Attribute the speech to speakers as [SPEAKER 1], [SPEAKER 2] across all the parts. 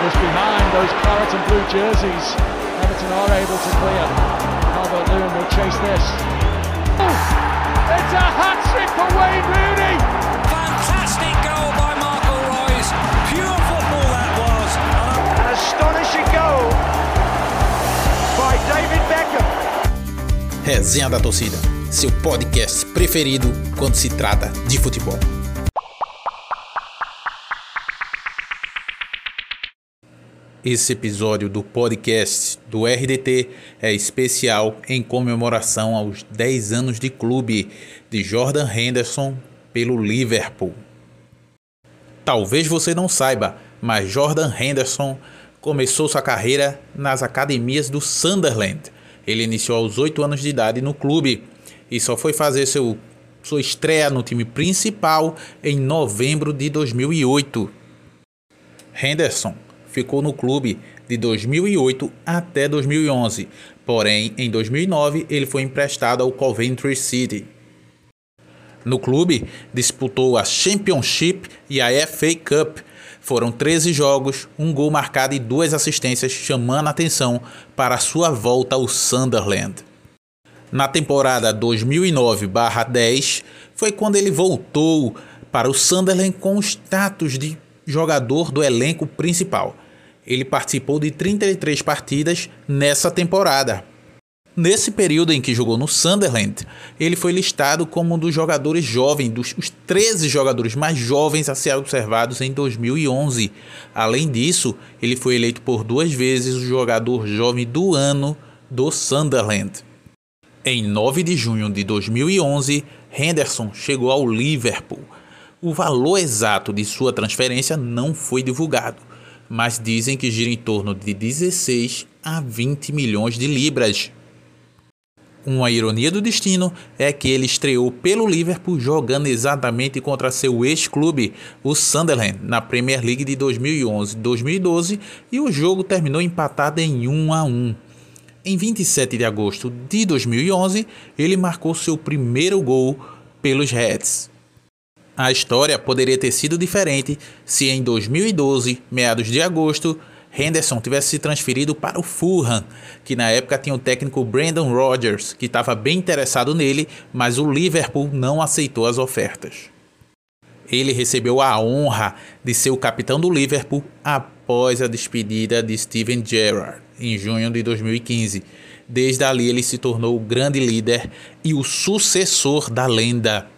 [SPEAKER 1] just behind those claret and blue jerseys. Everton are able to clear. Calvert-Lewin will chase this. Oh, it's a hat-trick for Wayne Rooney!
[SPEAKER 2] Fantastic goal by Marco Reus. Pure football that was.
[SPEAKER 3] An astonishing goal by David Beckham.
[SPEAKER 4] Resenha da Torcida, seu podcast preferido quando se trata de futebol. Esse episódio do podcast do RDT é especial em comemoração aos 10 anos de clube de Jordan Henderson pelo Liverpool. Talvez você não saiba, mas Jordan Henderson começou sua carreira nas academias do Sunderland. Ele iniciou aos 8 anos de idade no clube e só foi fazer sua estreia no time principal em novembro de 2008. Henderson ficou no clube de 2008 até 2011, porém em 2009 ele foi emprestado ao Coventry City. No clube disputou a Championship e a FA Cup. Foram 13 jogos, um gol marcado e 2 assistências, chamando a atenção para sua volta ao Sunderland. Na temporada 2009/10 foi quando ele voltou para o Sunderland com o status de jogador do elenco principal. Ele participou de 33 partidas nessa temporada. Nesse período em que jogou no Sunderland, ele foi listado como um dos jogadores jovens, os 13 jogadores mais jovens a ser observados em 2011. Além disso, ele foi eleito por 2 vezes o jogador jovem do ano do Sunderland. Em 9 de junho de 2011, Henderson chegou ao Liverpool. O valor exato de sua transferência não foi divulgado, mas dizem que gira em torno de 16 a 20 milhões de libras. Uma ironia do destino é que ele estreou pelo Liverpool jogando exatamente contra seu ex-clube, o Sunderland, na Premier League de 2011-2012 e o jogo terminou empatado em 1-1. Em 27 de agosto de 2011, ele marcou seu primeiro gol pelos Reds. A história poderia ter sido diferente se em 2012, meados de agosto, Henderson tivesse se transferido para o Fulham, que na época tinha o técnico Brendan Rodgers, que estava bem interessado nele, mas o Liverpool não aceitou as ofertas. Ele recebeu a honra de ser o capitão do Liverpool após a despedida de Steven Gerrard, em junho de 2015. Desde ali ele se tornou o grande líder e o sucessor da lenda.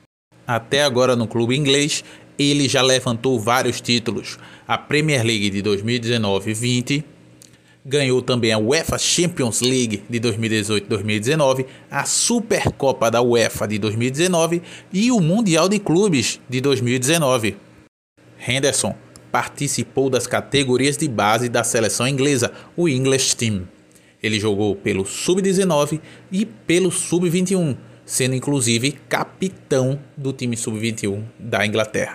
[SPEAKER 4] Até agora no clube inglês, ele já levantou vários títulos. A Premier League de 2019-20, ganhou também a UEFA Champions League de 2018-2019, a Supercopa da UEFA de 2019 e o Mundial de Clubes de 2019. Henderson participou das categorias de base da seleção inglesa, o English Team. Ele jogou pelo Sub-19 e pelo Sub-21, sendo inclusive capitão do time Sub-21 da Inglaterra.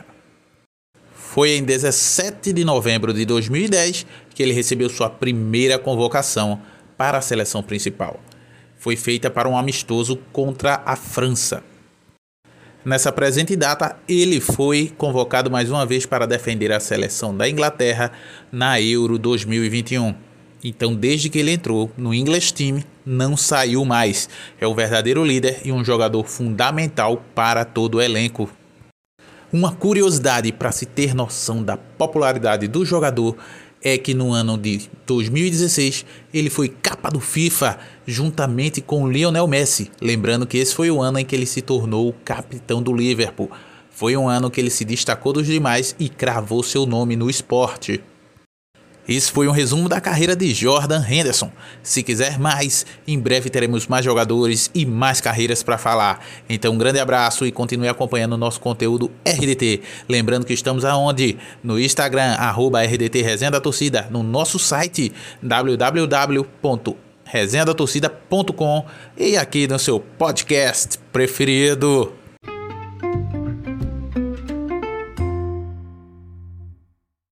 [SPEAKER 4] Foi em 17 de novembro de 2010 que ele recebeu sua primeira convocação para a seleção principal. Foi feita para um amistoso contra a França. Nessa presente data, ele foi convocado mais uma vez para defender a seleção da Inglaterra na Euro 2021. Então, desde que ele entrou no English Team, não saiu mais. É o verdadeiro líder e um jogador fundamental para todo o elenco. Uma curiosidade para se ter noção da popularidade do jogador é que no ano de 2016 ele foi capa do FIFA juntamente com Lionel Messi. Lembrando que esse foi o ano em que ele se tornou o capitão do Liverpool. Foi um ano que ele se destacou dos demais e cravou seu nome no esporte. Esse foi um resumo da carreira de Jordan Henderson. Se quiser mais, em breve teremos mais jogadores e mais carreiras para falar. Então um grande abraço e continue acompanhando o nosso conteúdo RDT. Lembrando que estamos aonde? No Instagram, @RDT Resenha da Torcida, no nosso site www.resenhadatorcida.com e aqui no seu podcast preferido.